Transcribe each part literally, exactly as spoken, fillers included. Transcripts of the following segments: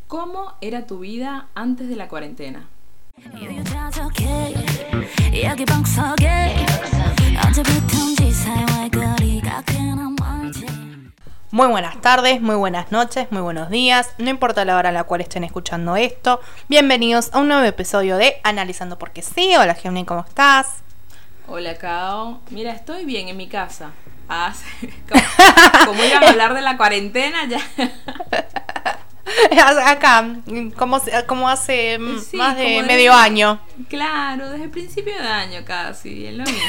¿Cómo era tu vida antes de la cuarentena? Muy buenas tardes, muy buenas noches, muy buenos días, no importa la hora a la cual estén escuchando esto. Bienvenidos a un nuevo episodio de Analizando Porque Sí. Hola Gemini, ¿cómo estás? Hola Kao, mira, estoy bien en mi casa. Ah, como, como iban a hablar de la cuarentena ya. Acá, como, como hace Sí, más de como medio desde, año. Claro, desde el principio de año casi, es lo mismo.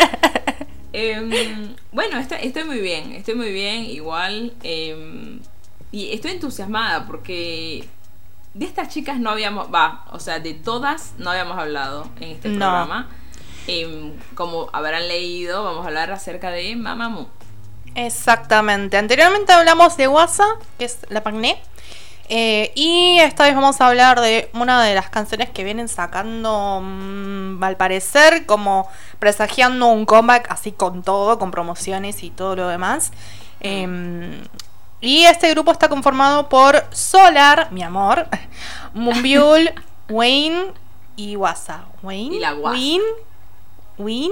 eh, bueno, estoy, estoy muy bien, estoy muy bien, igual. Eh, y estoy entusiasmada porque de estas chicas no habíamos, va, o sea, de todas no habíamos hablado en este No. programa. Eh, como habrán leído, vamos a hablar acerca de Mamamoo. Exactamente. Anteriormente hablamos de Wasa, que es la Pagné. Eh, y esta vez vamos a hablar de una de las canciones que vienen sacando, mmm, al parecer, como presagiando un comeback así con todo, con promociones y todo lo demás. Mm. Eh, y este grupo está conformado por Solar, mi amor, Moonbyul, Wayne y Wasa. Wayne. Y la Wasa. Wayne. ¿Win?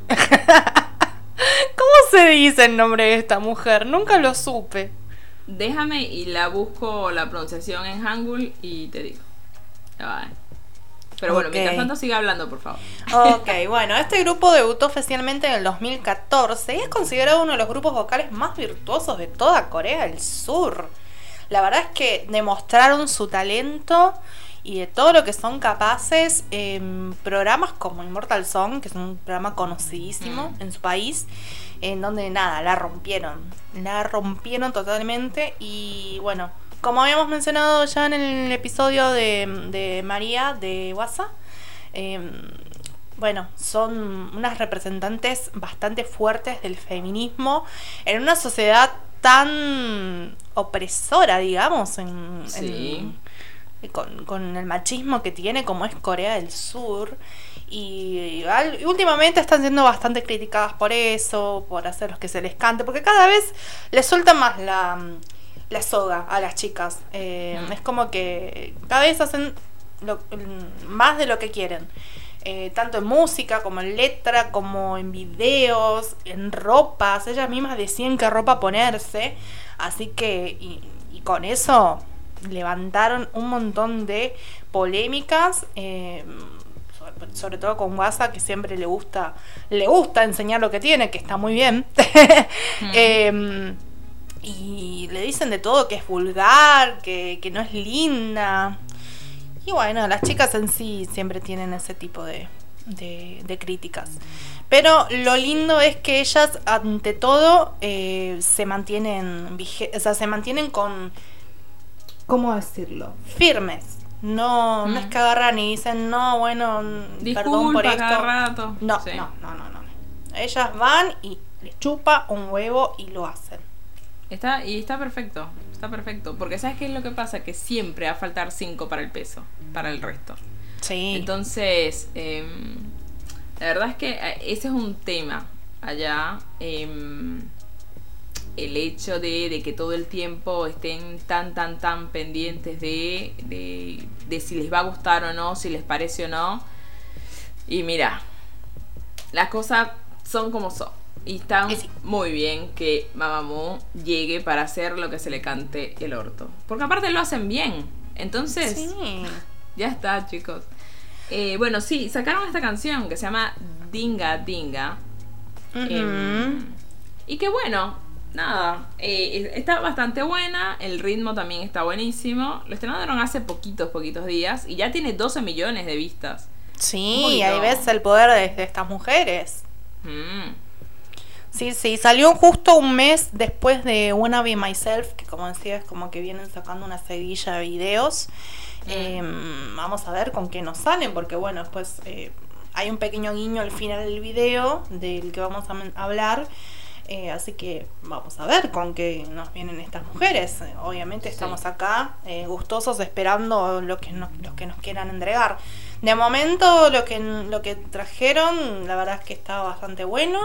¿Cómo se dice el nombre de esta mujer? Nunca lo supe. Déjame y la busco la pronunciación en Hangul y te digo. Ya va. Pero bueno, Okay. mientras tanto sigue hablando, por favor. Ok, bueno, este grupo debutó oficialmente en el dos mil catorce y es considerado uno de los grupos vocales más virtuosos de toda Corea del Sur. La verdad es que demostraron su talento y de todo lo que son capaces en programas como Immortal Song, que es un programa conocidísimo mm. en su país, en donde nada, la rompieron, la rompieron totalmente. Y bueno, como habíamos mencionado ya en el episodio de, de María de Wasa, eh, bueno, son unas representantes bastante fuertes del feminismo en una sociedad tan opresora, digamos, en, sí. en Con, con el machismo que tiene como es Corea del Sur. Y, y últimamente están siendo bastante criticadas por eso, por hacer los que se les cante, porque cada vez les sueltan más la, la soga a las chicas. Eh, mm. Es como que cada vez hacen lo, más de lo que quieren. Eh, tanto en música, como en letra, como en videos, en ropas. Ellas mismas decían qué ropa ponerse. Así que, y, y con eso levantaron un montón de polémicas, eh, sobre, sobre todo con Wasa, que siempre le gusta le gusta enseñar lo que tiene, que está muy bien. mm. eh, y le dicen de todo, que es vulgar, que, que no es linda. Y bueno, las chicas en sí siempre tienen ese tipo de, de, de críticas. Pero lo lindo es que ellas, ante todo, eh, se mantienen o sea, se mantienen con, ¿cómo decirlo? Firmes. No, mm. no es que agarran y dicen, no, bueno, disculpa, perdón por esto. Cada rato. No, sí. no, no, no, no. Ellas van y les chupa un huevo y lo hacen. Está, y está perfecto, está perfecto. Porque ¿sabes qué es lo que pasa? Que siempre va a faltar cinco para el peso, para el resto. Sí. Entonces, eh, la verdad es que ese es un tema allá. Eh, el hecho de, de que todo el tiempo estén tan, tan, tan pendientes de, de, de si les va a gustar o no, si les parece o no. Y mira, las cosas son como son. Y está sí. muy bien que Mamamoo llegue para hacer lo que se le cante el orto. Porque aparte lo hacen bien. Entonces, sí. ya está, chicos. Eh, bueno, sí, sacaron esta canción que se llama Dinga Dinga. Uh-huh. Eh, y que bueno, nada, eh, está bastante buena. El ritmo también está buenísimo. Lo estrenaron hace poquitos, poquitos días. Y ya tiene doce millones de vistas. Sí, ahí ves el poder de, de estas mujeres. Mm. Sí, sí, salió justo un mes después de Wanna Be Myself, que como decía es como que vienen sacando una seguilla de videos. Mm. Eh, vamos a ver con qué nos salen, porque bueno, después eh, hay un pequeño guiño al final del video del que vamos a men- hablar. Eh, así que vamos a ver con qué nos vienen estas mujeres. Eh, obviamente estamos sí. acá eh, gustosos esperando lo que nos, lo que nos quieran entregar. De momento lo que, lo que trajeron, la verdad es que está bastante bueno.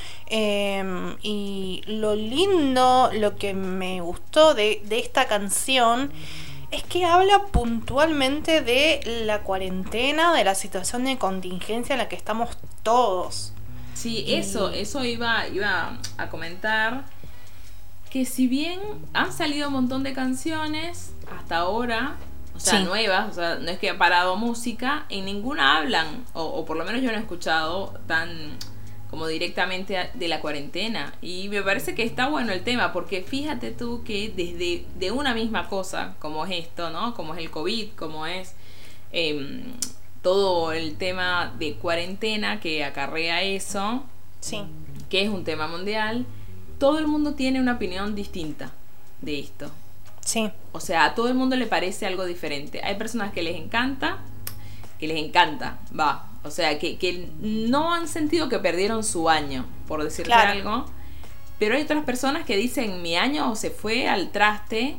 Eh, y lo lindo, lo que me gustó de, de esta canción Es que habla puntualmente de la cuarentena, de la situación de contingencia en la que estamos todos. Sí, eso, eso iba, iba a comentar, que si bien han salido un montón de canciones hasta ahora, o sea, sí. nuevas, o sea, no es que ha parado música, en ninguna hablan, o, o por lo menos yo no he escuchado tan como directamente de la cuarentena, y me parece que está bueno el tema, porque fíjate tú que desde de una misma cosa, como es esto, ¿no? Como es el COVID, como es eh, todo el tema de cuarentena que acarrea eso, sí. que es un tema mundial, todo el mundo tiene una opinión distinta de esto. Sí. O sea, a todo el mundo le parece algo diferente. Hay personas que les encanta, que les encanta, va. O sea, que, que no han sentido que perdieron su año, por decirte claro. algo. Pero hay otras personas que dicen, mi año se fue al traste.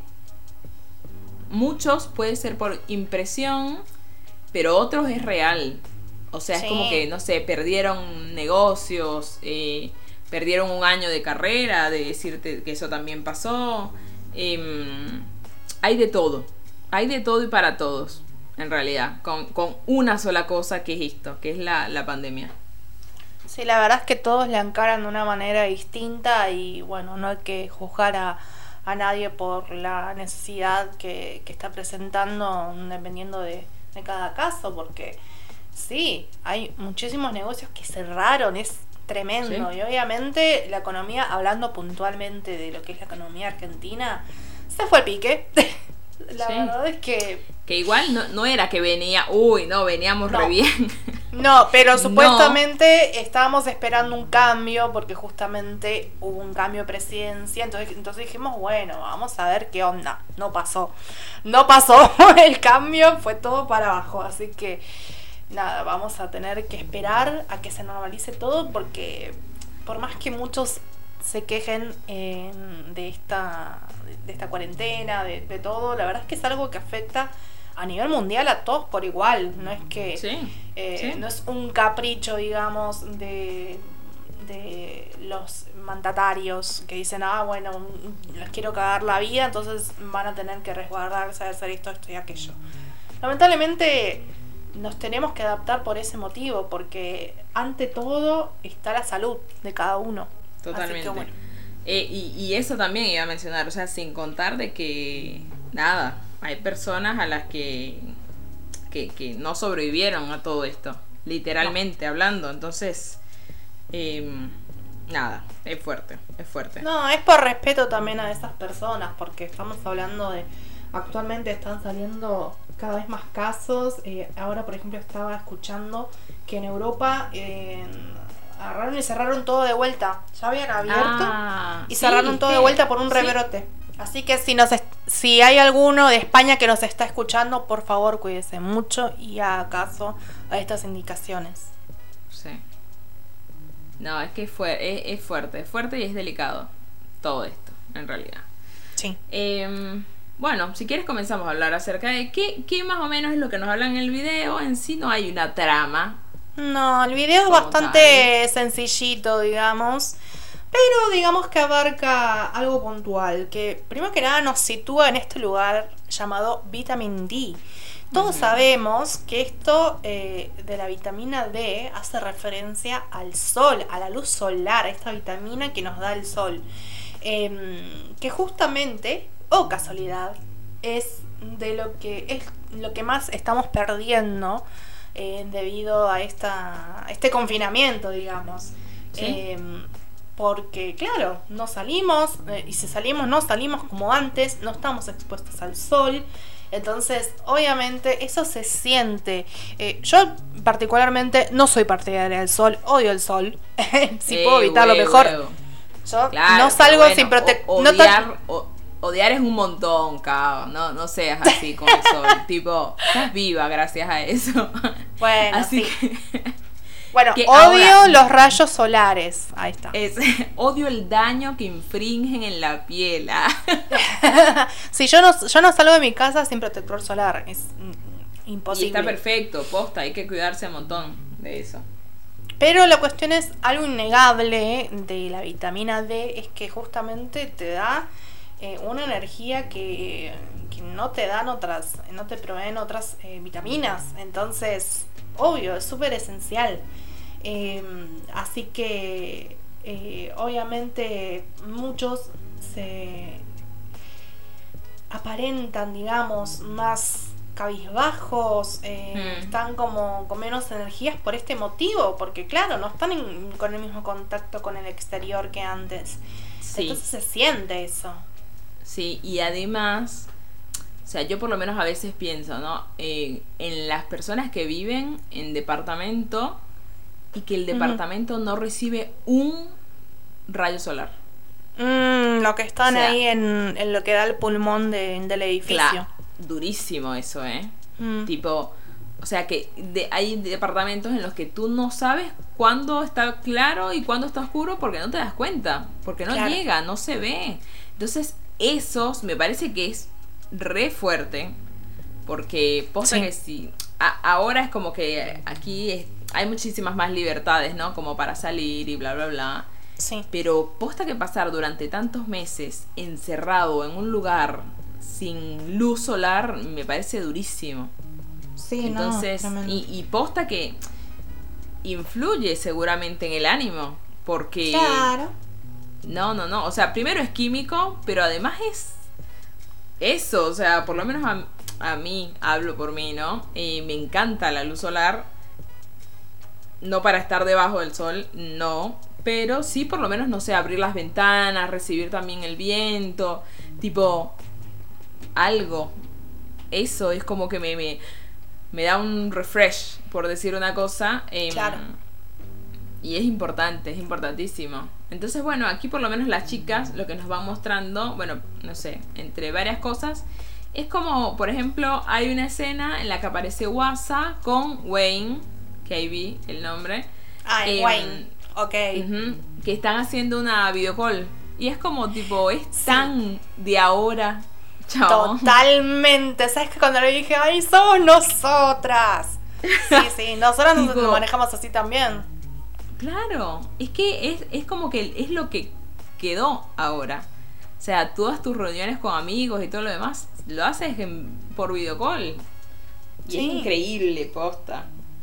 Muchos puede ser por impresión, pero otros es real. O sea, sí. es como que, no sé, perdieron negocios, eh, perdieron un año de carrera, de decirte que eso también pasó. Eh, hay de todo. Hay de todo y para todos. En realidad, con, con una sola cosa que es esto, que es la, la pandemia. Sí, la verdad es que todos la encaran de una manera distinta y bueno, no hay que juzgar a, a nadie por la necesidad que, que está presentando dependiendo de, de cada caso, porque sí, hay muchísimos negocios que cerraron, es tremendo. ¿Sí? Y obviamente la economía, hablando puntualmente de lo que es la economía argentina, se fue al pique. La sí. verdad es que... Que igual no, no era que venía, uy, no, veníamos no. re bien. No, pero supuestamente no. estábamos esperando un cambio, porque justamente hubo un cambio de presidencia, entonces, entonces dijimos, bueno, vamos a ver qué onda. No pasó, no pasó el cambio, fue todo para abajo, así que nada, vamos a tener que esperar a que se normalice todo, porque por más que muchos se quejen eh, de esta de esta cuarentena, de, de todo, la verdad es que es algo que afecta a nivel mundial a todos por igual, no es que sí, eh, sí. no es un capricho, digamos, de, de los mandatarios que dicen, ah, bueno, les quiero cagar la vida, entonces van a tener que resguardarse de hacer esto, esto y aquello. Lamentablemente nos tenemos que adaptar por ese motivo, porque ante todo está la salud de cada uno. Totalmente. Así que, bueno. eh, y, y eso también iba a mencionar, o sea, sin contar de que, nada, hay personas a las que, que, que no sobrevivieron a todo esto, literalmente no. hablando, entonces, eh, nada, es fuerte, es fuerte. No, es por respeto también a esas personas, porque estamos hablando de, actualmente están saliendo cada vez más casos, eh, ahora por ejemplo estaba escuchando que en Europa... Eh, agarraron y cerraron todo de vuelta. Ya habían abierto ah, y sí, cerraron todo ¿qué? de vuelta por un sí. rebrote. Así que si nos est- si hay alguno de España que nos está escuchando, por favor cuídese mucho y haga caso a estas indicaciones. Sí. No, es que fue, es, es fuerte, es fuerte y es delicado todo esto, en realidad. Sí. Eh, bueno, si quieres comenzamos a hablar acerca de qué, qué más o menos es lo que nos hablan en el video. En sí no hay una trama. No, el video es bastante tal. sencillito, digamos, pero digamos que abarca algo puntual, que primero que nada nos sitúa en este lugar llamado Vitamin D. Todos uh-huh. sabemos que esto eh, de la vitamina D hace referencia al sol, a la luz solar, a esta vitamina que nos da el sol, eh, que justamente, o oh casualidad, es de lo que es lo que más estamos perdiendo Eh, debido a esta este confinamiento, digamos. ¿Sí? Eh, porque, claro, no salimos, eh, y si salimos, no salimos como antes, no estamos expuestos al sol. Entonces, obviamente, eso se siente. Eh, yo, particularmente, no soy partidaria del sol, odio el sol. Si eh, puedo evitarlo, huevo, mejor. Huevo. Yo claro, no salgo bueno, sin protección. O- odiar, no o- odiar es un montón, cabrón. No, no seas así con el sol. Tipo, estás viva gracias a eso. Bueno, así sí. que, bueno, que odio ahora, los rayos solares. Ahí está. Es, odio el daño que infringen en la piel. Sí, yo no, yo no salgo de mi casa sin protector solar. Es mm, imposible. Y está perfecto, posta. Hay que cuidarse un montón de eso. Pero la cuestión es, algo innegable de la vitamina D es que justamente te da eh, una energía que, que no te dan otras, no te proveen otras eh, vitaminas. Entonces, obvio, es súper esencial. Eh, así que, eh, obviamente, muchos se aparentan, digamos, más cabizbajos, eh, Mm. están como con menos energías por este motivo, porque claro, no están en- con el mismo contacto con el exterior que antes. Sí. Entonces se siente eso. Sí, y además, o sea, yo por lo menos a veces pienso, ¿no? Eh, en las personas que viven en departamento y que el Ujú. departamento no recibe un rayo solar. Mm, lo que están O sea, ahí en, en lo que da el pulmón de- del edificio. Claro, durísimo eso, ¿eh? Mm. Tipo, o sea que de, hay departamentos en los que tú no sabes cuándo está claro y cuándo está oscuro porque no te das cuenta, porque no Claro. llega, no se ve. Entonces, esos me parece que es re fuerte, porque posta Sí. que sí, a- ahora es como que aquí es- hay muchísimas más libertades, ¿no? Como para salir y bla, bla, bla. Sí. Pero posta que pasar durante tantos meses encerrado en un lugar sin luz solar me parece durísimo. Sí, Entonces, no, tremendo. y, y posta que influye seguramente en el ánimo, porque Claro. no, no, no, o sea, primero es químico, pero además es eso, o sea, por lo menos a, a mí, hablo por mí, ¿no? Eh, me encanta la luz solar, no para estar debajo del sol, no, pero sí por lo menos, no sé, abrir las ventanas, recibir también el viento, tipo, algo. Eso es como que me, me, me da un refresh, por decir una cosa. Eh, Claro. Y es importante, es importantísimo. Entonces, bueno, aquí por lo menos las chicas lo que nos van mostrando, bueno, no sé, entre varias cosas, es como, por ejemplo, hay una escena en la que aparece Wasa con Wayne, que ahí vi el nombre. Ah, Em, Wayne. Ok. Ujú, que están haciendo una videocall. Y es como, tipo, es Sí. tan de ahora. Chao. Totalmente. ¿Sabes que cuando le dije, ay, somos nosotras? Sí, sí, nosotras nos Tipo- nos manejamos así también. Claro, es que es, es como que es lo que quedó ahora. O sea, todas tus reuniones con amigos y todo lo demás, lo haces en- por videocall. Y Sí. es increíble, posta.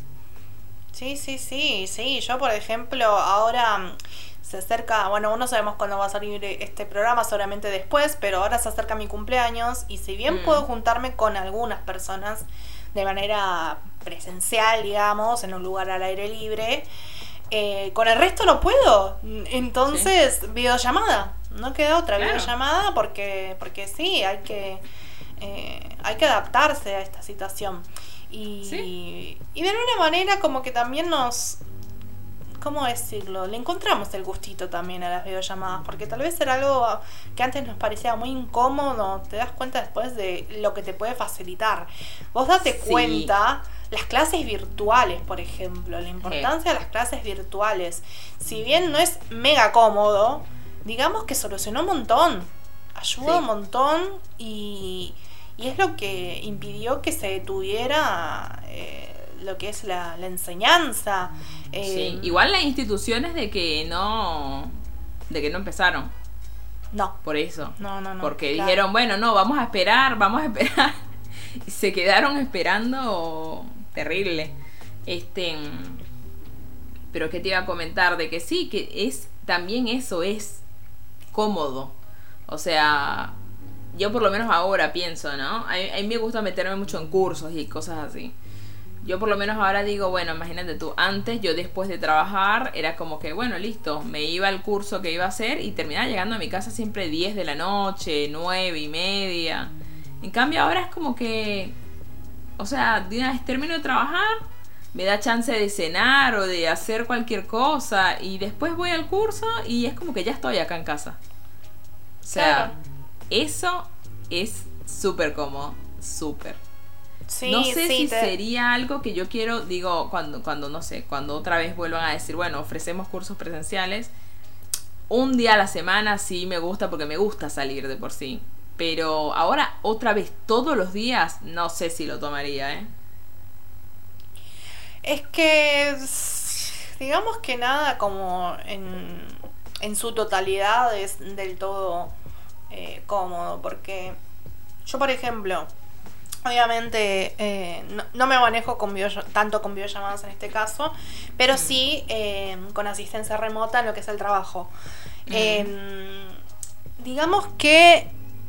Sí, sí, sí, sí. Yo, por ejemplo, ahora mm, se acerca, bueno, no sabemos cuándo va a salir este programa, seguramente después, pero ahora se acerca mi cumpleaños y si bien Mm. puedo juntarme con algunas personas de manera presencial, digamos, en un lugar al aire libre, eh, con el resto no puedo. Entonces, videollamada. No queda otra, Claro. videollamada porque, porque sí, hay que, eh, hay que adaptarse a esta situación. Y, Sí. y de alguna manera como que también nos, ¿cómo decirlo? Le encontramos el gustito también a las videollamadas, porque tal vez era algo que antes nos parecía muy incómodo, te das cuenta después de lo que te puede facilitar. Vos date Sí. cuenta, las clases virtuales, por ejemplo, la importancia de las clases virtuales. Si bien no es mega cómodo, digamos que solucionó un montón, ayuda Sí. un montón y, y es lo que impidió que se detuviera eh, lo que es la, la enseñanza. Eh, Sí. Igual las instituciones de que no. de que no empezaron. No, Por eso. no, no, no. Porque claro. dijeron, bueno, no, vamos a esperar, vamos a esperar. Y se quedaron esperando terrible. Este. Pero que te iba a comentar de que sí, que es también eso es cómodo. O sea, yo por lo menos ahora pienso, ¿no? A mí, a mí me gusta meterme mucho en cursos y cosas así. Yo por lo menos ahora digo, bueno, imagínate tú, antes yo después de trabajar era como que, bueno, listo, me iba al curso que iba a hacer y terminaba llegando a mi casa siempre diez de la noche, nueve y media. En cambio ahora es como que, o sea, de una vez termino de trabajar, me da chance de cenar o de hacer cualquier cosa y después voy al curso y es como que ya estoy acá en casa. O sea, Claro. eso es súper cómodo, súper. Sí, No sé sí, si te- sería algo que yo quiero, digo, cuando, cuando, no sé, cuando otra vez vuelvan a decir, bueno, ofrecemos cursos presenciales, un día a la semana sí me gusta porque me gusta salir de por sí. Pero ahora otra vez todos los días, no sé si lo tomaría, ¿eh? Es que, s- digamos que nada como en, en su totalidad es del todo eh, cómodo, porque yo, por ejemplo, obviamente eh, no, no me manejo con video, tanto con videollamadas en este caso, pero sí eh, con asistencia remota en lo que es el trabajo. Mm. Eh, digamos que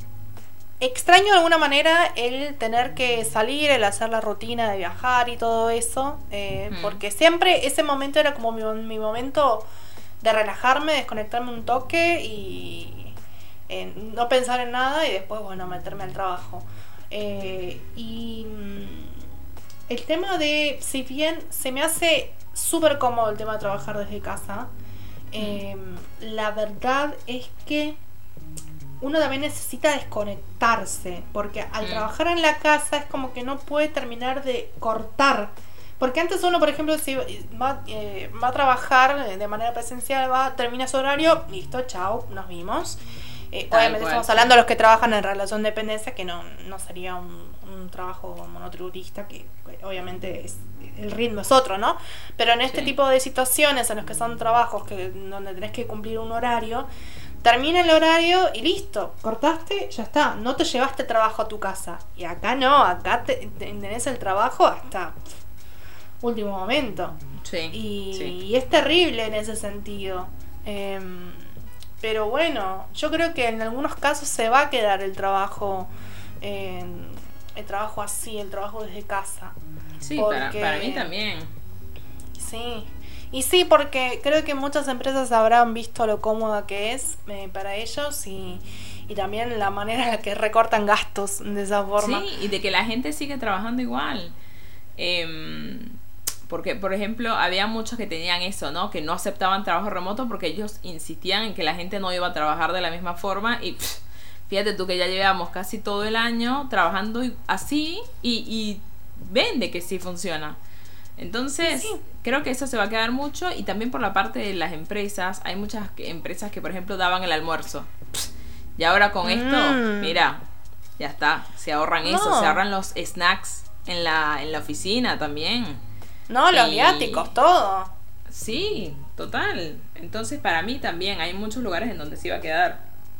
extraño de alguna manera el tener que salir, el hacer la rutina de viajar y todo eso, eh, mm. porque siempre ese momento era como mi, mi momento de relajarme, desconectarme un toque y eh, no pensar en nada y después, bueno, meterme al trabajo. Eh, y mm, el tema de, si bien se me hace súper cómodo el tema de trabajar desde casa, eh, mm. la verdad es que uno también necesita desconectarse, porque al mm. trabajar en la casa es como que no puede terminar de cortar. Porque antes uno, por ejemplo, si va, eh, va a trabajar de manera presencial, va, termina su horario, listo, chao, nos vimos. Eh, obviamente cual, estamos hablando de los que trabajan en relación de dependencia, que no, no sería un, un trabajo monotributista, que, que obviamente es, el ritmo es otro, ¿no? Pero en este sí. tipo de situaciones, en los que son trabajos que donde tenés que cumplir un horario, termina el horario y listo, cortaste, ya está, no te llevaste trabajo a tu casa. Y acá no, acá te, te, tenés el trabajo hasta último momento. Sí, y, sí. y es terrible en ese sentido. Eh, pero bueno, yo creo que en algunos casos se va a quedar el trabajo, eh, el trabajo así, el trabajo desde casa. Sí, porque, para, para mí también. Sí. Y sí, porque creo que muchas empresas habrán visto lo cómoda que es eh, para ellos y, y también la manera en la que recortan gastos de esa forma. Sí, y de que la gente sigue trabajando igual. Eh, porque, por ejemplo, había muchos que tenían eso, ¿no? Que no aceptaban trabajo remoto porque ellos insistían en que la gente no iba a trabajar de la misma forma y pff, fíjate tú que ya llevamos casi todo el año trabajando así y, y ven de que sí funciona. Entonces, sí. creo que eso se va a quedar mucho y también por la parte de las empresas. Hay muchas empresas que, por ejemplo, daban el almuerzo. Y ahora con mm. esto, mira, ya está. Se ahorran no. eso, se ahorran los snacks en la, en la oficina también. No, los y... viáticos, todo. Sí, total. Entonces, para mí también hay muchos lugares en donde se iba a quedar.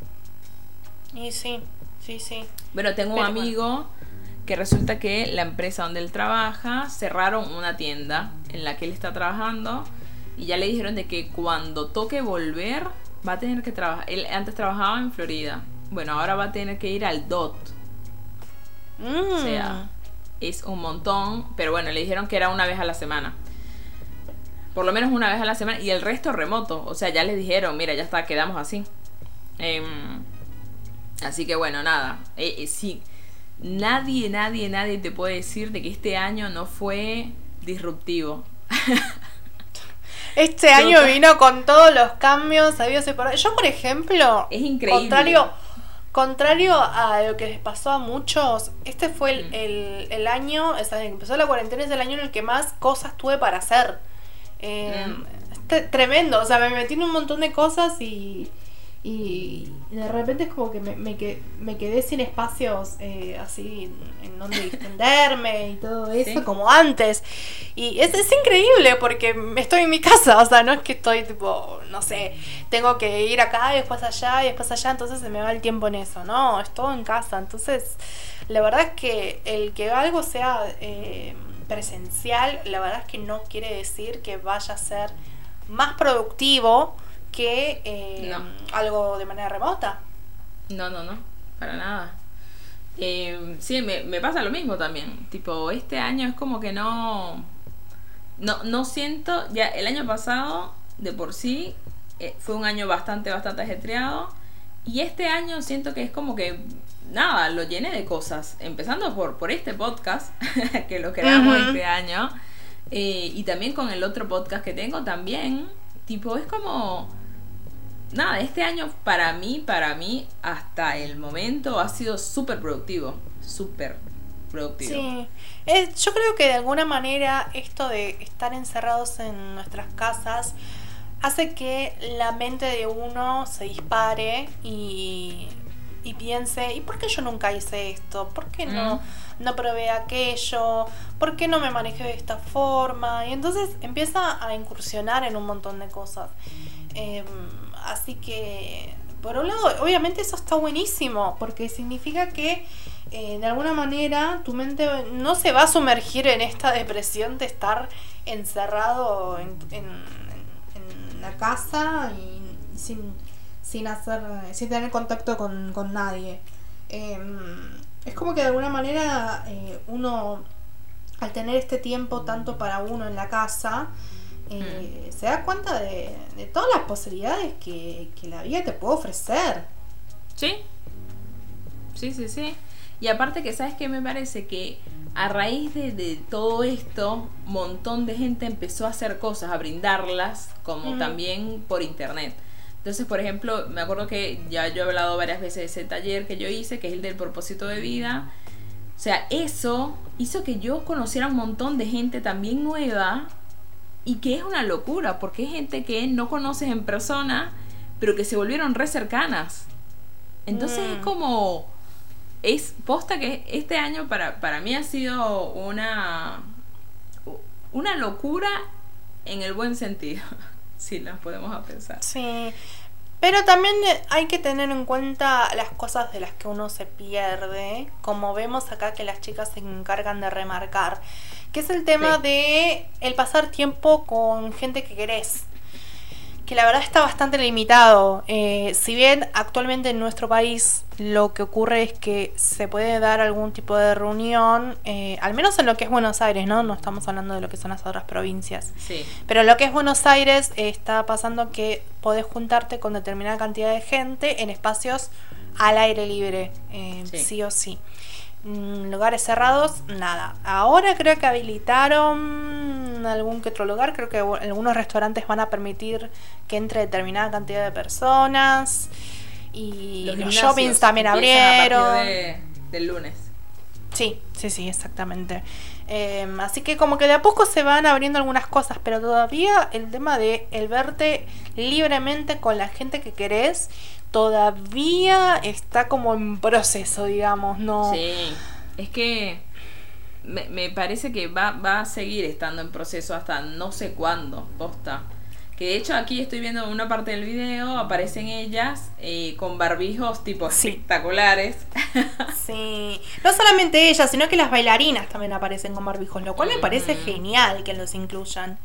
Y sí, sí, sí. Bueno, tengo Pero, un amigo... Bueno. que resulta que la empresa donde él trabaja cerraron una tienda en la que él está trabajando y ya le dijeron de que cuando toque volver va a tener que trabajar. Él antes trabajaba en Florida, bueno, ahora va a tener que ir al D O T. Mm. O sea, es un montón, pero bueno, le dijeron que era una vez a la semana. Por lo menos una vez a la semana y el resto remoto. O sea, ya les dijeron, mira, ya está, quedamos así. Eh, así que bueno, nada. Eh, eh, sí. Nadie, nadie, nadie te puede decir de que este año no fue disruptivo. Este año Total. vino con todos los cambios habidos y por ahí. Yo, por ejemplo, es increíble. Contrario, contrario a lo que les pasó a muchos, este fue el, mm. el, el año, o sea, empezó la cuarentena, es el año en el que más cosas tuve para hacer. Eh, mm. este, tremendo, o sea, me metí en un montón de cosas y... Y de repente es como que me, me, quedé, me quedé sin espacios eh, así en, en donde distenderme y todo eso, ¿sí? Como antes. Y es, es increíble porque estoy en mi casa, o sea, no es que estoy tipo, no sé, tengo que ir acá y después allá y después allá, entonces se me va el tiempo en eso. No, es todo en casa. Entonces, la verdad es que el que algo sea eh, presencial, la verdad es que no quiere decir que vaya a ser más productivo que eh, no. algo de manera remota. No, no, no, para nada. Eh, sí, me, me pasa lo mismo también. Tipo, este año es como que no... No, no siento... Ya el año pasado, de por sí, eh, fue un año bastante, bastante ajetreado. Y este año siento que es como que... Nada, lo llené de cosas. Empezando por, por este podcast, que lo creamos uh-huh. este año. Eh, y también con el otro podcast que tengo también. Tipo, es como... Nada, este año para mí, para mí, hasta el momento ha sido súper productivo. Súper productivo. Sí, es, yo creo que de alguna manera esto de estar encerrados en nuestras casas hace que la mente de uno se dispare y, y piense, ¿y por qué yo nunca hice esto? ¿Por qué no, mm. no probé aquello? ¿Por qué no me manejé de esta forma? Y entonces empieza a incursionar en un montón de cosas. Eh, así que por un lado, obviamente eso está buenísimo, porque significa que eh, de alguna manera tu mente no se va a sumergir en esta depresión de estar encerrado en, en, en la casa y sin, sin hacer, sin tener contacto con, con nadie. Eh, es como que de alguna manera eh, uno, al tener este tiempo tanto para uno en la casa, eh, mm. se da cuenta de, de todas las posibilidades que, que la vida te puede ofrecer. Sí, sí, sí, sí. Y aparte que, ¿sabes qué? Me parece que a raíz de, de todo esto, un montón de gente empezó a hacer cosas, a brindarlas, como mm. también por internet. Entonces, por ejemplo, me acuerdo que ya yo he hablado varias veces de ese taller que yo hice, que es el del propósito de vida. O sea, eso hizo que yo conociera un montón de gente también nueva, y que es una locura, porque es gente que no conoces en persona, pero que se volvieron re cercanas. Entonces mm. es como... Es posta que este año para, para mí ha sido una, una locura en el buen sentido, si las podemos pensar. Sí, pero también hay que tener en cuenta las cosas de las que uno se pierde, como vemos acá que las chicas se encargan de remarcar, que es el tema sí. de el pasar tiempo con gente que querés, que la verdad está bastante limitado. Eh, si bien actualmente en nuestro país lo que ocurre es que se puede dar algún tipo de reunión, eh, al menos en lo que es Buenos Aires, ¿no? No estamos hablando de lo que son las otras provincias. Sí. Pero en lo que es Buenos Aires eh, está pasando que podés juntarte con determinada cantidad de gente en espacios al aire libre, eh, sí. sí o sí. Lugares cerrados, nada. Ahora creo que habilitaron algún que otro lugar. Creo que algunos restaurantes van a permitir que entre determinada cantidad de personas. Y los, los shoppings también abrieron. A partir de, del lunes. Sí, sí, sí, exactamente. Eh, así que como que de a poco se van abriendo algunas cosas, pero todavía el tema de el verte libremente con la gente que querés todavía está como en proceso, digamos, ¿no? Sí, es que me, me parece que va, va a seguir estando en proceso hasta no sé cuándo, posta. Que de hecho aquí estoy viendo una parte del video, aparecen ellas eh, con barbijos tipo sí. espectaculares. Sí, no solamente ellas, sino que las bailarinas también aparecen con barbijos, lo cual mm. me parece genial que los incluyan.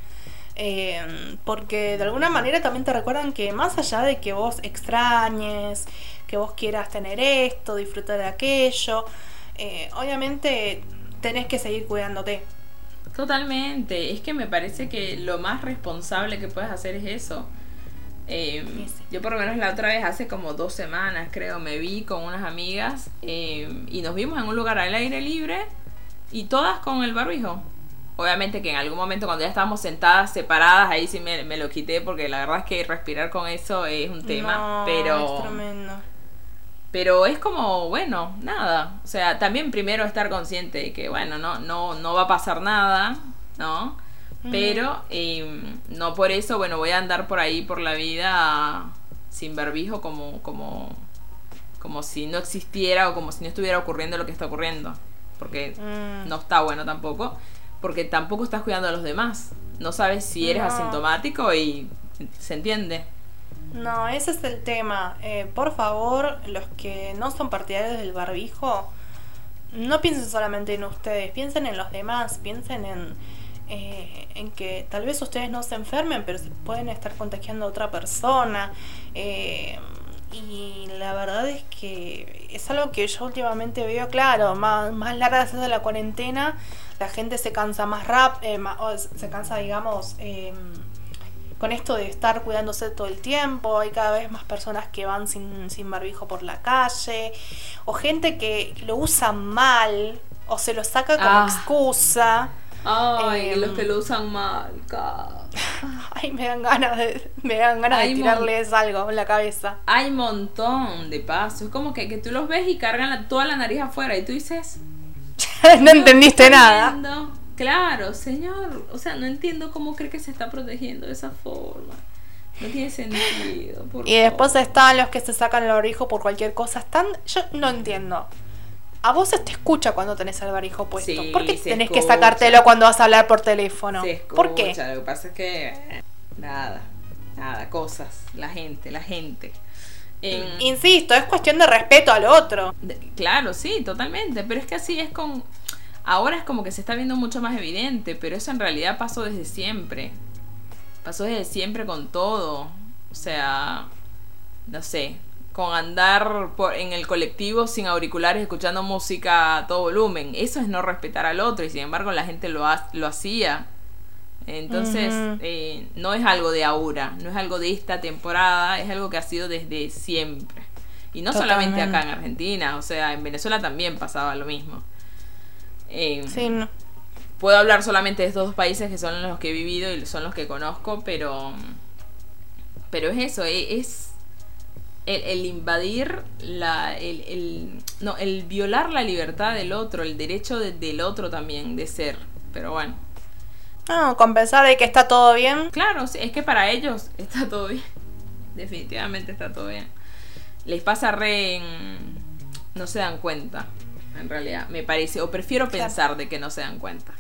Eh, porque de alguna manera también te recuerdan que más allá de que vos extrañes, que vos quieras tener esto, disfrutar de aquello, eh, obviamente tenés que seguir cuidándote. Totalmente, es que me parece que lo más responsable que puedes hacer es eso. Eh, sí, sí. Yo por lo menos la otra vez, hace como dos semanas creo, me vi con unas amigas eh, y nos vimos en un lugar al aire libre y todas con el barbijo. Obviamente que en algún momento cuando ya estábamos sentadas separadas, ahí sí me, me lo quité, porque la verdad es que respirar con eso es un tema. No, pero es tremendo. Pero es como, bueno, nada. O sea, también primero estar consciente de que, bueno, no, no, no va a pasar nada, ¿no? Mm. Pero eh, no por eso, bueno, voy a andar por ahí por la vida sin barbijo como, como, como si no existiera o como si no estuviera ocurriendo lo que está ocurriendo. Porque mm. no está bueno tampoco. Porque tampoco estás cuidando a los demás. No sabes si eres no. asintomático y se entiende. No, ese es el tema. Eh, por favor, los que no son partidarios del barbijo, no piensen solamente en ustedes, piensen en los demás, piensen en, eh, en que tal vez ustedes no se enfermen, pero se pueden estar contagiando a otra persona. Eh, y la verdad es que es algo que yo últimamente veo, claro, más, más larga desde la cuarentena, la gente se cansa más rápido, eh, se cansa, digamos, eh, con esto de estar cuidándose todo el tiempo. Hay cada vez más personas que van sin, sin barbijo por la calle, o gente que lo usa mal, o se lo saca como ah. excusa. Ay, eh, los que lo usan mal, God. Ay, me dan ganas de, me dan ganas de tirarles mon- algo en la cabeza. Hay un montón de pasos. Es como que, que tú los ves y cargan la, toda la nariz afuera y tú dices... no entendiste nada. Viendo? Claro, señor. O sea, no entiendo cómo cree que se está protegiendo de esa forma. No tiene sentido. Por y después favor. Están los que se sacan el barbijo por cualquier cosa. Están, yo no entiendo. A vos se te escucha cuando tenés el barbijo puesto. Sí, ¿por qué tenés escucha. que sacártelo cuando vas a hablar por teléfono? Se escucha. ¿Por qué? Lo que pasa es que nada, nada, cosas, la gente, la gente. En, Insisto, es cuestión de respeto al otro. de, claro, sí, totalmente, pero es que así es con... Ahora es como que se está viendo mucho más evidente, pero eso en realidad pasó desde siempre. Pasó desde siempre con todo. O sea, no sé, con andar por, en el colectivo sin auriculares escuchando música a todo volumen. Eso es no respetar al otro y sin embargo la gente lo, ha, lo hacía. Entonces, uh-huh. eh, no es algo de ahora, no es algo de esta temporada, es algo que ha sido desde siempre. Y no Totalmente. Solamente acá en Argentina, o sea, en Venezuela también pasaba lo mismo. Eh, sí, no. Puedo hablar solamente de estos dos países que son los que he vivido y son los que conozco, pero pero es eso, es el, el invadir la el, el no, el violar la libertad del otro, el derecho de, del otro también de ser, pero bueno. No, con pensar de que está todo bien. Claro, sí, es que para ellos está todo bien. Definitivamente está todo bien. Les pasa re en... no se dan cuenta, en realidad, me parece, o prefiero claro. pensar de que no se dan cuenta.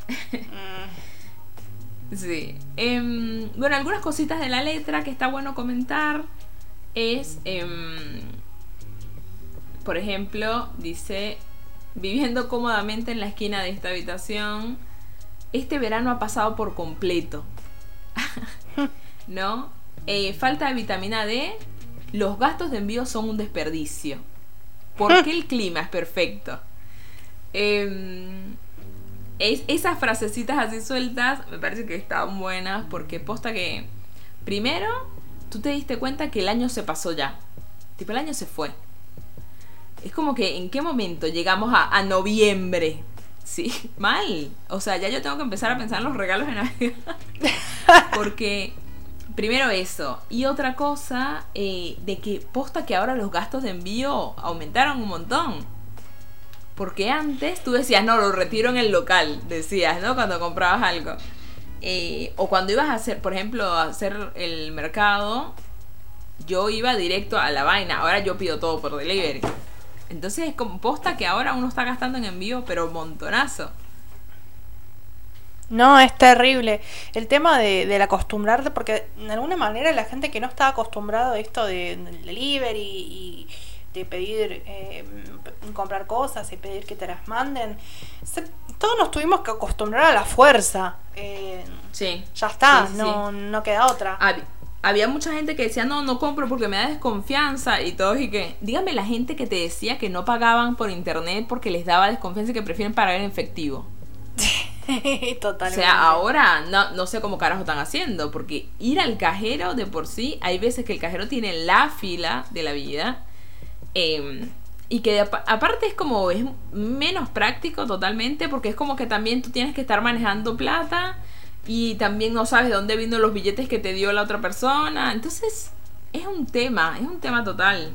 Sí. Eh, bueno, algunas cositas de la letra que está bueno comentar es, eh, por ejemplo, dice: viviendo cómodamente en la esquina de esta habitación, este verano ha pasado por completo. ¿No? Eh, falta de vitamina D, los gastos de envío son un desperdicio. ¿Por qué el clima es perfecto? Eh, Es, esas frasecitas así sueltas me parece que están buenas porque posta que primero tú te diste cuenta que el año se pasó ya, tipo el año se fue, es como que en qué momento llegamos a, a noviembre, sí, mal, o sea, ya yo tengo que empezar a pensar en los regalos de Navidad porque primero eso y otra cosa eh, de que posta que ahora los gastos de envío aumentaron un montón. Porque antes tú decías, no, lo retiro en el local, decías, ¿no? Cuando comprabas algo. Eh, o cuando ibas a hacer, por ejemplo, a hacer el mercado, yo iba directo a la vaina. Ahora yo pido todo por delivery. Entonces es como posta que ahora uno está gastando en envío, pero montonazo. No, es terrible. El tema de, del acostumbrarte, porque de alguna manera la gente que no está acostumbrado a esto de, del delivery y... de pedir, eh, comprar cosas y pedir que te las manden. Se, todos nos tuvimos que acostumbrar a la fuerza. Eh, sí. Ya está, sí, sí, no, sí. no queda otra. Hab- había mucha gente que decía, no, no compro porque me da desconfianza y todos y que... Dígame la gente que te decía que no pagaban por internet porque les daba desconfianza y que prefieren pagar en efectivo. Totalmente. O sea, ahora no, no sé cómo carajo están haciendo, porque ir al cajero de por sí, hay veces que el cajero tiene la fila de la vida. Eh, y que de, aparte es como es menos práctico totalmente porque es como que también tú tienes que estar manejando plata y también no sabes de dónde vino los billetes que te dio la otra persona, entonces es un tema, es un tema total.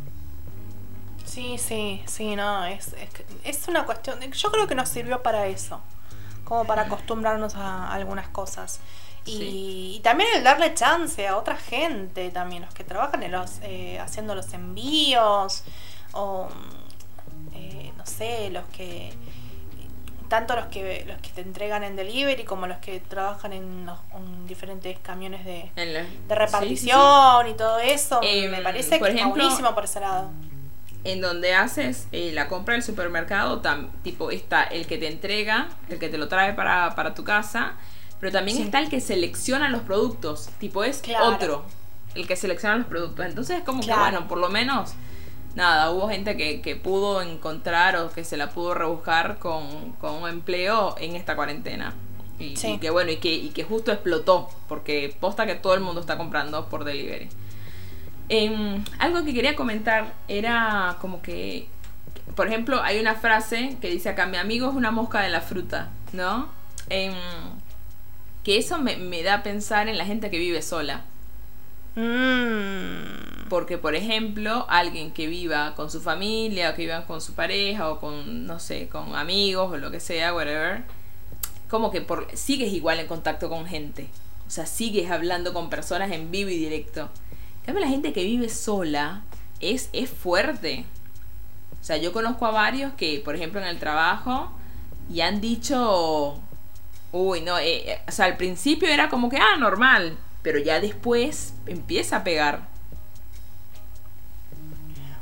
Sí, sí, sí, no, es, es, es una cuestión, yo creo que nos sirvió para eso, como para acostumbrarnos a algunas cosas. Y, sí. y también el darle chance a otra gente también, los que trabajan en los eh, haciendo los envíos o eh, no sé, los que tanto los que los que te entregan en delivery como los que trabajan en, los, en diferentes camiones de, la, de repartición sí, sí, sí. y todo eso, eh, me parece por que ejemplo, está buenísimo por ese lado. En donde haces eh, la compra del supermercado, tam, tipo está el que te entrega, el que te lo trae para, para tu casa. Pero también sí. está el que selecciona los productos. Tipo es claro. otro el que selecciona los productos. Entonces es como claro. que bueno, por lo menos nada, hubo gente que, que pudo encontrar o que se la pudo rebuscar con, con un empleo en esta cuarentena. Y, sí. y que bueno, y que, y que justo explotó. Porque posta que todo el mundo está comprando por delivery. Eh, algo que quería comentar era como que, por ejemplo, hay una frase que dice acá: mi amigo es una mosca de la fruta, ¿no? Eh, que eso me, me da a pensar en la gente que vive sola. Mm. Porque, por ejemplo, alguien que viva con su familia, o que viva con su pareja, o con, no sé, con amigos, o lo que sea, whatever, como que por, sigues igual en contacto con gente. O sea, sigues hablando con personas en vivo y directo. En cambio, la gente que vive sola es, es fuerte. O sea, yo conozco a varios que, por ejemplo, en el trabajo, y han dicho... Uy, no, eh, o sea, al principio era como que, ah, normal, pero ya después empieza a pegar.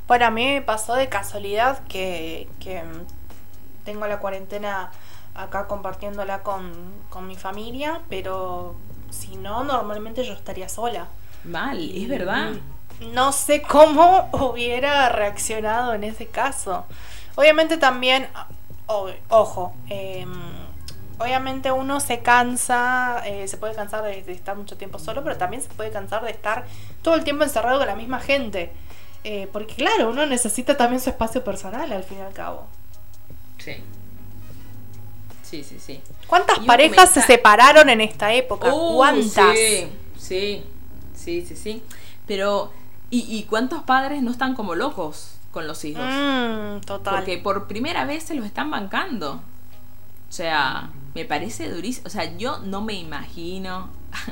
Bueno, a mí me pasó de casualidad que, que tengo la cuarentena acá compartiéndola con, con mi familia, pero si no, normalmente yo estaría sola. Mal, Y es verdad. no sé cómo hubiera reaccionado en ese caso. Obviamente también, o- ojo, eh, obviamente uno se cansa, eh, se puede cansar de, de estar mucho tiempo solo, pero también se puede cansar de estar todo el tiempo encerrado con la misma gente. Eh, porque claro, uno necesita también su espacio personal al fin y al cabo. Sí. Sí, sí, sí. ¿Cuántas Y iba a parejas se comentar- separaron en esta época? Uh, ¿Cuántas? Sí, sí, sí, sí, sí. Pero, ¿y, y cuántos padres no están como locos con los hijos? Mm, total. Porque por primera vez se los están bancando. O sea, me parece durísimo. O sea, yo no me imagino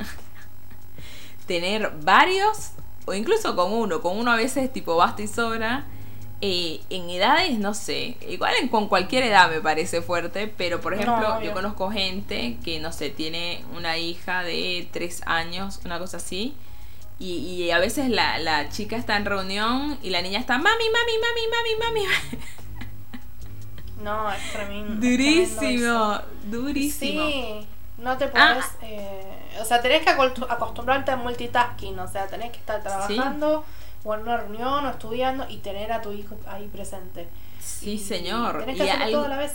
tener varios, o incluso con uno. Con uno a veces tipo basta y sobra. Eh, en edades, no sé, igual en, con cualquier edad me parece fuerte, pero por ejemplo, No, yo obvio. conozco gente que, no sé, tiene una hija de tres años, una cosa así, y, y a veces la, la chica está en reunión y la niña está, mami, mami, mami, mami, mami. No, es tremendo. Durísimo, durísimo. Sí, no te Ah. podés... eh, o sea, tenés que acol- acostumbrarte a multitasking, o sea, tenés que estar trabajando o en una reunión o estudiando y tener a tu hijo ahí presente. Sí, Y señor. Tenés que Y hacerlo hay- todo a la vez.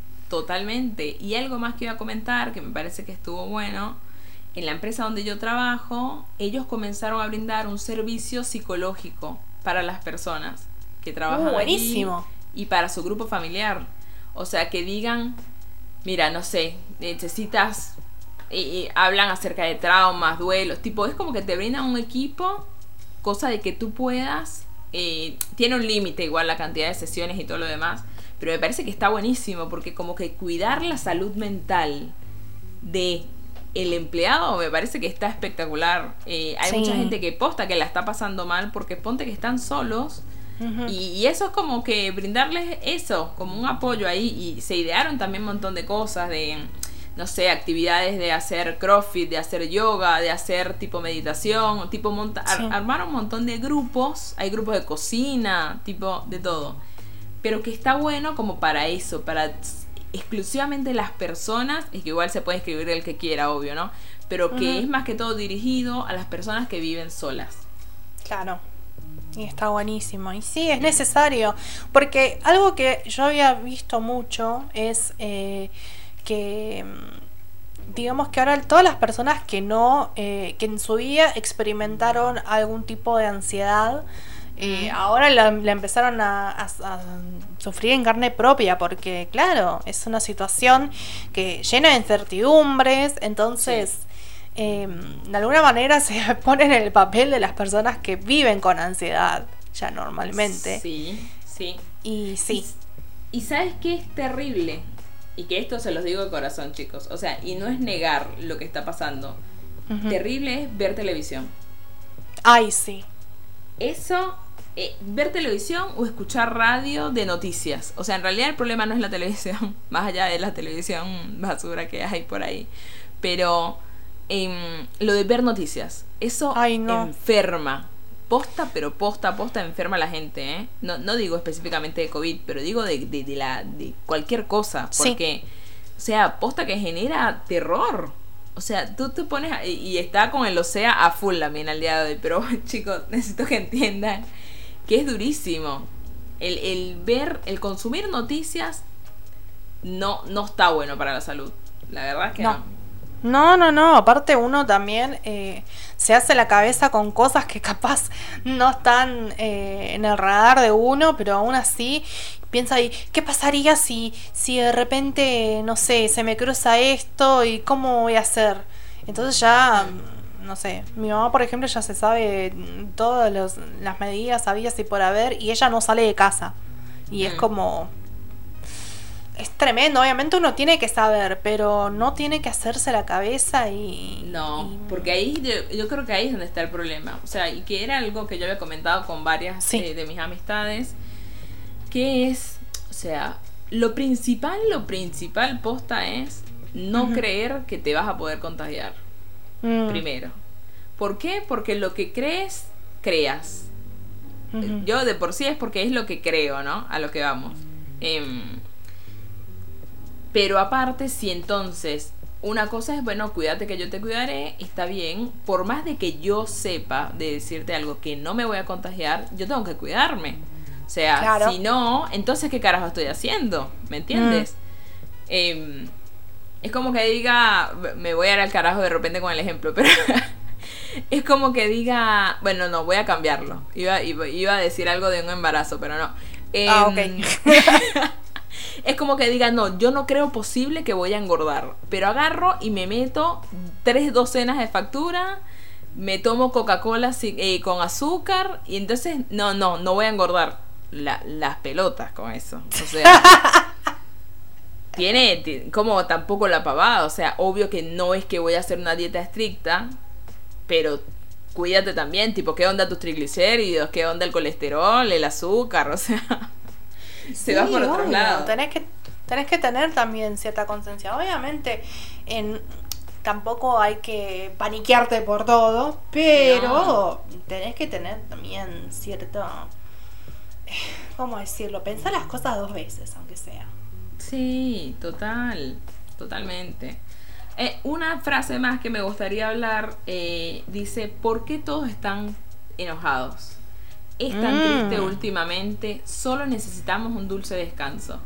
Totalmente. Y algo más que iba a comentar, que me parece que estuvo bueno, en la empresa donde yo trabajo, ellos comenzaron a brindar un servicio psicológico para las personas que trabajan Uh, buenísimo. allí y para su grupo familiar. O sea, que digan, mira, no sé, necesitas, y, y hablan acerca de traumas, duelos, tipo, es como que te brindan un equipo, cosa de que tú puedas, eh, tiene un límite igual la cantidad de sesiones y todo lo demás, pero me parece que está buenísimo porque como que cuidar la salud mental de el empleado me parece que está espectacular. Eh, hay Sí. mucha gente que posta que la está pasando mal porque ponte que están solos Ujú. y, y eso es como que brindarles eso, como un apoyo ahí. Y se idearon también un montón de cosas, de, no sé, actividades de hacer crossfit, de hacer yoga, de hacer tipo meditación, tipo monta ar- Sí. armaron un montón de grupos, hay grupos de cocina, tipo de todo. Pero que está bueno como para eso, para exclusivamente las personas, y que igual se puede escribir el que quiera, obvio, ¿no? Pero que Ujú. es más que todo dirigido a las personas que viven solas. Claro. Y está buenísimo. Y sí, es necesario. Porque algo que yo había visto mucho es eh, que, mm, digamos que ahora todas las personas que no, eh, que en su vida experimentaron algún tipo de ansiedad, eh, ahora la, la empezaron a, a- a sufrir en carne propia. Porque, claro, es una situación que llena de incertidumbres. Entonces... Eh, de alguna manera se ponen en el papel de las personas que viven con ansiedad ya normalmente. Sí, sí. Y sí, Y sabes qué es terrible, y que esto se los digo de corazón, chicos, o sea, y no es negar lo que está pasando. Ujú. Terrible es ver televisión. Ay, sí. Eso, eh, ver televisión o escuchar radio de noticias. O sea, en realidad el problema no es la televisión, más allá de la televisión basura que hay por ahí. Pero em, lo de ver noticias, eso Ay, no. enferma. Posta, pero posta, posta enferma a la gente, ¿eh? No, no digo específicamente de COVID, pero digo de, de, de la, de cualquier cosa. Sí. Porque, o sea, posta que genera terror. O sea, tú te pones a- y, y está con el O S E A a full también al día de hoy. Pero, chicos, necesito que entiendan que es durísimo. El, el ver, el consumir noticias no, no está bueno para la salud. La verdad es que No. no. No, no, no. Aparte uno también eh, se hace la cabeza con cosas que capaz no están eh, en el radar de uno, pero aún así piensa ahí, ¿qué pasaría si, si de repente, no sé, se me cruza esto y cómo voy a hacer? Entonces ya, mm, no sé, mi mamá por ejemplo ya se sabe mm, todas los- las medidas habidas y por haber y ella no sale de casa. Y es Mm. como... Es tremendo, obviamente uno tiene que saber, pero no tiene que hacerse la cabeza y... No, y- porque ahí yo, yo creo que ahí es donde está el problema. O sea, y que era algo que yo había comentado con varias Sí. eh, de mis amistades, que es, o sea, lo principal, lo principal posta es no Ujú. creer que te vas a poder contagiar, Mm, primero. ¿Por qué? Porque lo que crees, creas. Uh-huh. Yo de por sí es porque es lo que creo, ¿no? A lo que vamos. Eh, pero aparte, si entonces una cosa es, bueno, cuídate que yo te cuidaré, está bien. Por más de que yo sepa de decirte algo que no me voy a contagiar, yo tengo que cuidarme. O sea, claro. Si no, entonces ¿qué carajo estoy haciendo? ¿Me entiendes? Mm. Eh, es como que diga, me voy a ir al carajo de repente con el ejemplo, pero es como que diga, bueno, no, voy a cambiarlo. Iba, iba, iba a decir algo de un embarazo, pero no. Eh, ah, ok. Es como que diga, no, yo no creo posible que voy a engordar, pero agarro y me meto tres docenas de factura, me tomo Coca-Cola eh, con azúcar y entonces, no, no, no voy a engordar. La, las pelotas con eso. O sea, tiene, tiene como tampoco la pavada. O sea, obvio que no es que voy a hacer una dieta estricta, pero cuídate también, tipo, ¿qué onda tus triglicéridos? ¿Qué onda el colesterol? El azúcar, o sea, se sí, va por otro obvio. lado. Tenés que, tenés que tener también cierta conciencia. Obviamente, en, tampoco hay que paniquearte por todo, pero no. Tenés que tener también cierto, ¿cómo decirlo? Pensar las cosas dos veces, aunque sea. Sí, total, totalmente. Eh, una frase más que me gustaría hablar, eh, dice, ¿por qué todos están enojados? Es tan mm. triste últimamente, solo necesitamos un dulce descanso.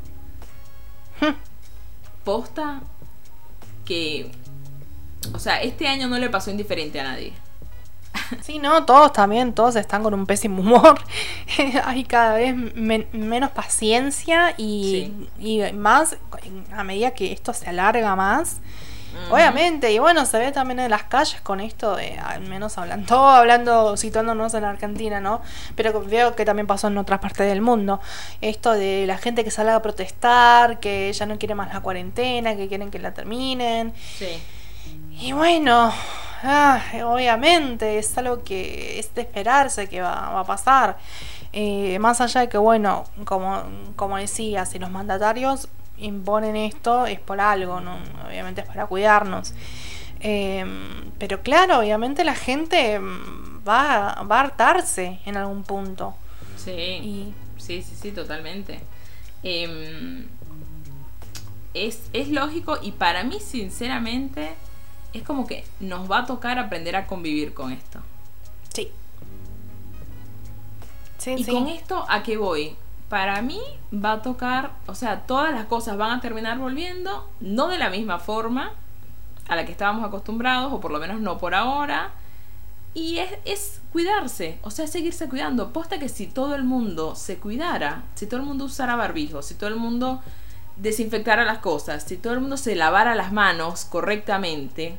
Posta que, o sea, este año no le pasó indiferente a nadie. Sí, no, todos también, todos están con un pésimo humor. Hay cada vez men- menos paciencia y, sí. y más a medida que esto se alarga más. Uh-huh. Obviamente, y bueno, se ve también en las calles con esto de, al menos hablando, todo hablando, situándonos en Argentina, ¿no? Pero veo que también pasó en otras partes del mundo. Esto de la gente que sale a protestar, que ya no quiere más la cuarentena, que quieren que la terminen. Sí. Y bueno, ah, obviamente es algo que es de esperarse que va, va a pasar. Eh, más allá de que, bueno, como, como decía, si los mandatarios imponen esto es por algo, ¿no? Obviamente es para cuidarnos. Eh, pero claro, obviamente la gente va, va a hartarse en algún punto. Sí, y... sí, sí, sí, totalmente. Eh, es, es lógico y para mí, sinceramente, es como que nos va a tocar aprender a convivir con esto. Sí. Sí, y sí. con esto, ¿a qué voy? Para mí va a tocar, o sea, todas las cosas van a terminar volviendo, no de la misma forma a la que estábamos acostumbrados, o por lo menos no por ahora, y es, es cuidarse, o sea, seguirse cuidando. Posta que si todo el mundo se cuidara, si todo el mundo usara barbijo, si todo el mundo desinfectara las cosas, si todo el mundo se lavara las manos correctamente,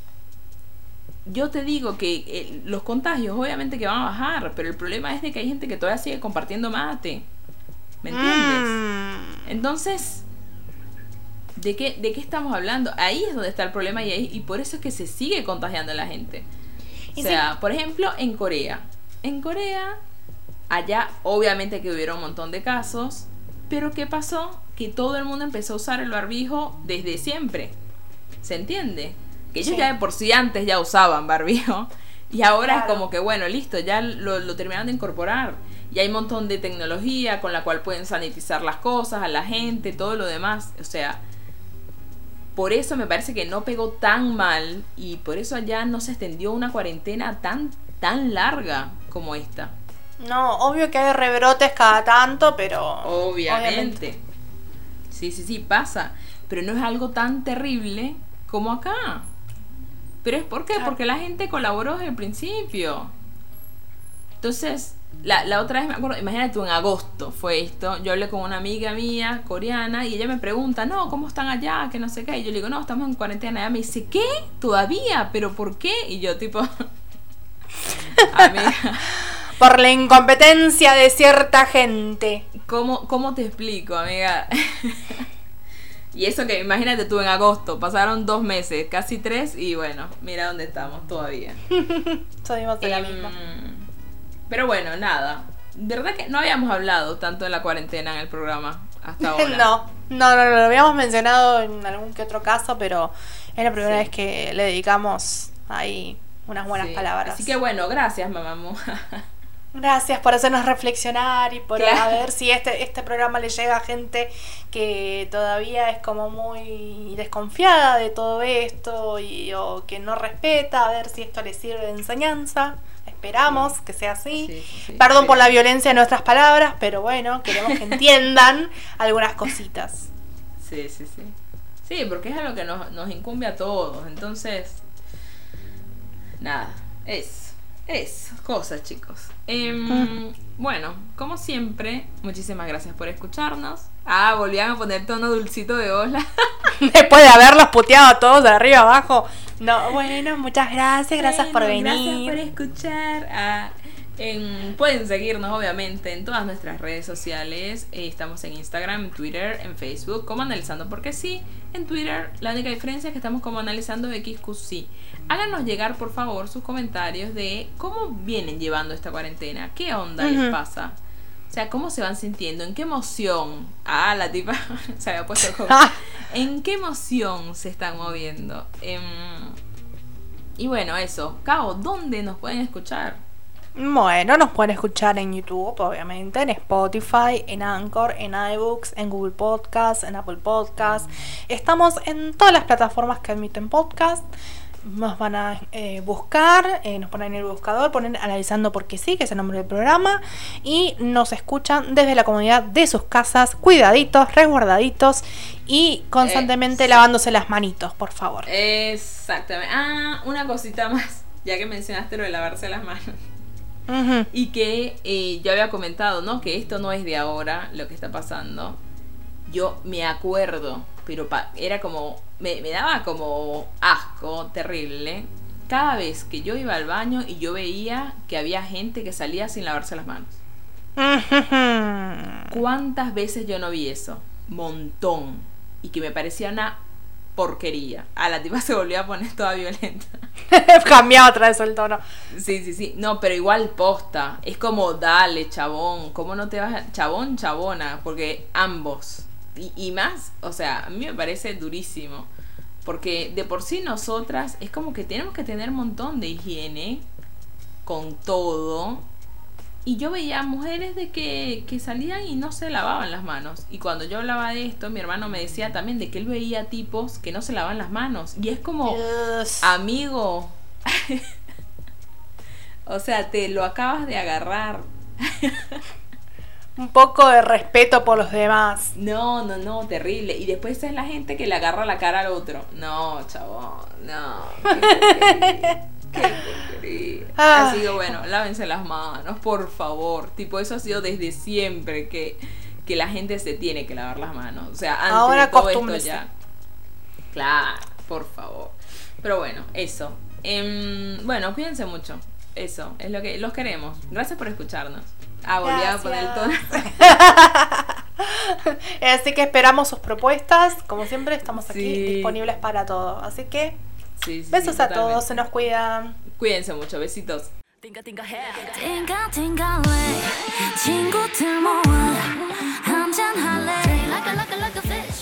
yo te digo que eh, los contagios obviamente que van a bajar, pero el problema es de que hay gente que todavía sigue compartiendo mate. ¿Me entiendes? Mm. Entonces, ¿de qué, ¿de qué estamos hablando? Ahí es donde está el problema y, ahí, y por eso es que se sigue contagiando a la gente. O sea, sí. Por ejemplo, en Corea. En Corea, allá obviamente que hubieron un montón de casos, pero ¿qué pasó? Que todo el mundo empezó a usar el barbijo desde siempre. ¿Se entiende? Que ellos sí. ya de por sí antes ya usaban barbijo y ahora claro. es como que, bueno, listo, ya lo, lo terminaron de incorporar. Y hay un montón de tecnología con la cual pueden sanitizar las cosas, a la gente, todo lo demás. O sea, por eso me parece que no pegó tan mal y por eso allá no se extendió una cuarentena tan, tan larga como esta. No, obvio que hay rebrotes cada tanto, pero... Obviamente. obviamente. Sí, sí, sí, pasa. Pero no es algo tan terrible como acá. ¿Pero es por qué? Claro. Porque la gente colaboró desde el principio. Entonces... La, la otra vez me acuerdo, imagínate tú, en agosto fue esto, yo hablé con una amiga mía coreana y ella me pregunta, no, ¿cómo están allá? Que no sé qué, y yo le digo, no, estamos en cuarentena, y ella me dice, ¿qué? ¿Todavía? ¿Pero por qué? Y yo tipo, amiga, por la incompetencia de cierta gente. ¿Cómo, cómo te explico, amiga? Y eso que, imagínate tú, en agosto, pasaron dos meses, casi tres, y bueno, mira dónde estamos todavía. Seguimos en la misma. Pero bueno, nada. De verdad que no habíamos hablado tanto de la cuarentena en el programa hasta ahora. No, no, no, no, lo habíamos mencionado en algún que otro caso, pero es la primera sí. vez que le dedicamos ahí unas buenas sí. palabras. Así que bueno, gracias, Mamamoo. Gracias por hacernos reflexionar y por Claro. a ver si este, este programa le llega a gente que todavía es como muy desconfiada de todo esto y, o que no respeta, a ver si esto le sirve de enseñanza. Esperamos que sea así. Sí, sí, sí. Perdón por la Esperamos. violencia de nuestras palabras, pero bueno, queremos que entiendan algunas cositas. Sí, sí, sí. Sí, porque es algo que nos, nos incumbe a todos. Entonces, nada, es, es cosas, chicos. Em, Mm. Bueno, como siempre, muchísimas gracias por escucharnos. Ah, volvían a poner tono dulcito de hola. Después de haberlos puteado a todos de arriba abajo. No, bueno, muchas gracias, gracias por Bueno, venir. Gracias por escuchar. Ah, en- pueden seguirnos obviamente en todas nuestras redes sociales. Eh, estamos en Instagram, en Twitter, en Facebook como Analizando Porque Sí. En Twitter la única diferencia es que estamos como Analizando X Q C. Háganos llegar por favor sus comentarios de cómo vienen llevando esta cuarentena. ¿Qué onda les Ujú. pasa? O sea, ¿cómo se van sintiendo? ¿En qué emoción? Ah, la tipa se había puesto como... Ah. ¿En qué emoción se están moviendo? Em, y bueno, eso. Cabo, ¿dónde nos pueden escuchar? Bueno, nos pueden escuchar en YouTube, obviamente, en Spotify, en Anchor, en iBooks, en Google Podcast, en Apple Podcast. Estamos en todas las plataformas que admiten podcast. Nos van a eh, buscar, eh, nos ponen en el buscador, ponen Analizando Porque Sí, que es el nombre del programa, y nos escuchan desde la comodidad de sus casas, cuidaditos, resguardaditos y constantemente Exacto. lavándose las manitos, por favor. Exactamente. Ah, una cosita más, ya que mencionaste lo de lavarse las manos. Ujú. Y que eh, yo había comentado, ¿no? Que esto no es de ahora lo que está pasando. Yo me acuerdo, pero pa- era como, me, me daba como asco terrible. Cada vez que yo iba al baño y yo veía que había gente que salía sin lavarse las manos. Ujú. ¿Cuántas veces yo no vi eso? Montón. Y que me parecía una porquería. A la tipa se volvió a poner toda violenta. Cambiaba otra vez el tono. Sí, sí, sí. No, pero igual posta. Es como, dale, chabón. ¿Cómo no te vas a... Chabón, chabona. Porque ambos. Y, y más, o sea, a mí me parece durísimo. Porque de por sí nosotras es como que tenemos que tener un montón de higiene con todo. Y yo veía mujeres de que, que salían y no se lavaban las manos. Y cuando yo hablaba de esto, mi hermano me decía también de que él veía tipos que no se lavaban las manos. Y es como... Dios. Amigo, o sea, te lo acabas de agarrar. Un poco de respeto por los demás. No, no, no, terrible. Y después es la gente que le agarra la cara al otro. No, chabón, no. Qué porquería, qué porquería. Ah. Así que bueno, lávense las manos, por favor. Tipo, eso ha sido desde siempre que, que la gente se tiene que lavar las manos. O sea, antes Ahora de todo esto acostúmbrese. ya. Claro, por favor. Pero bueno, eso. Em, bueno, cuídense mucho. Eso, es lo que los queremos. Gracias por escucharnos. Ah, volví a poner el tono. Así que esperamos sus propuestas. Como siempre, estamos aquí Sí. disponibles para todo. Así que Sí, sí, besos sí, a totalmente. todos, se nos cuidan. Cuídense mucho, besitos. Tinka tinka head. Tinka tinka leg. 친구들 모아 한잔 할래. Like a like a like a fish.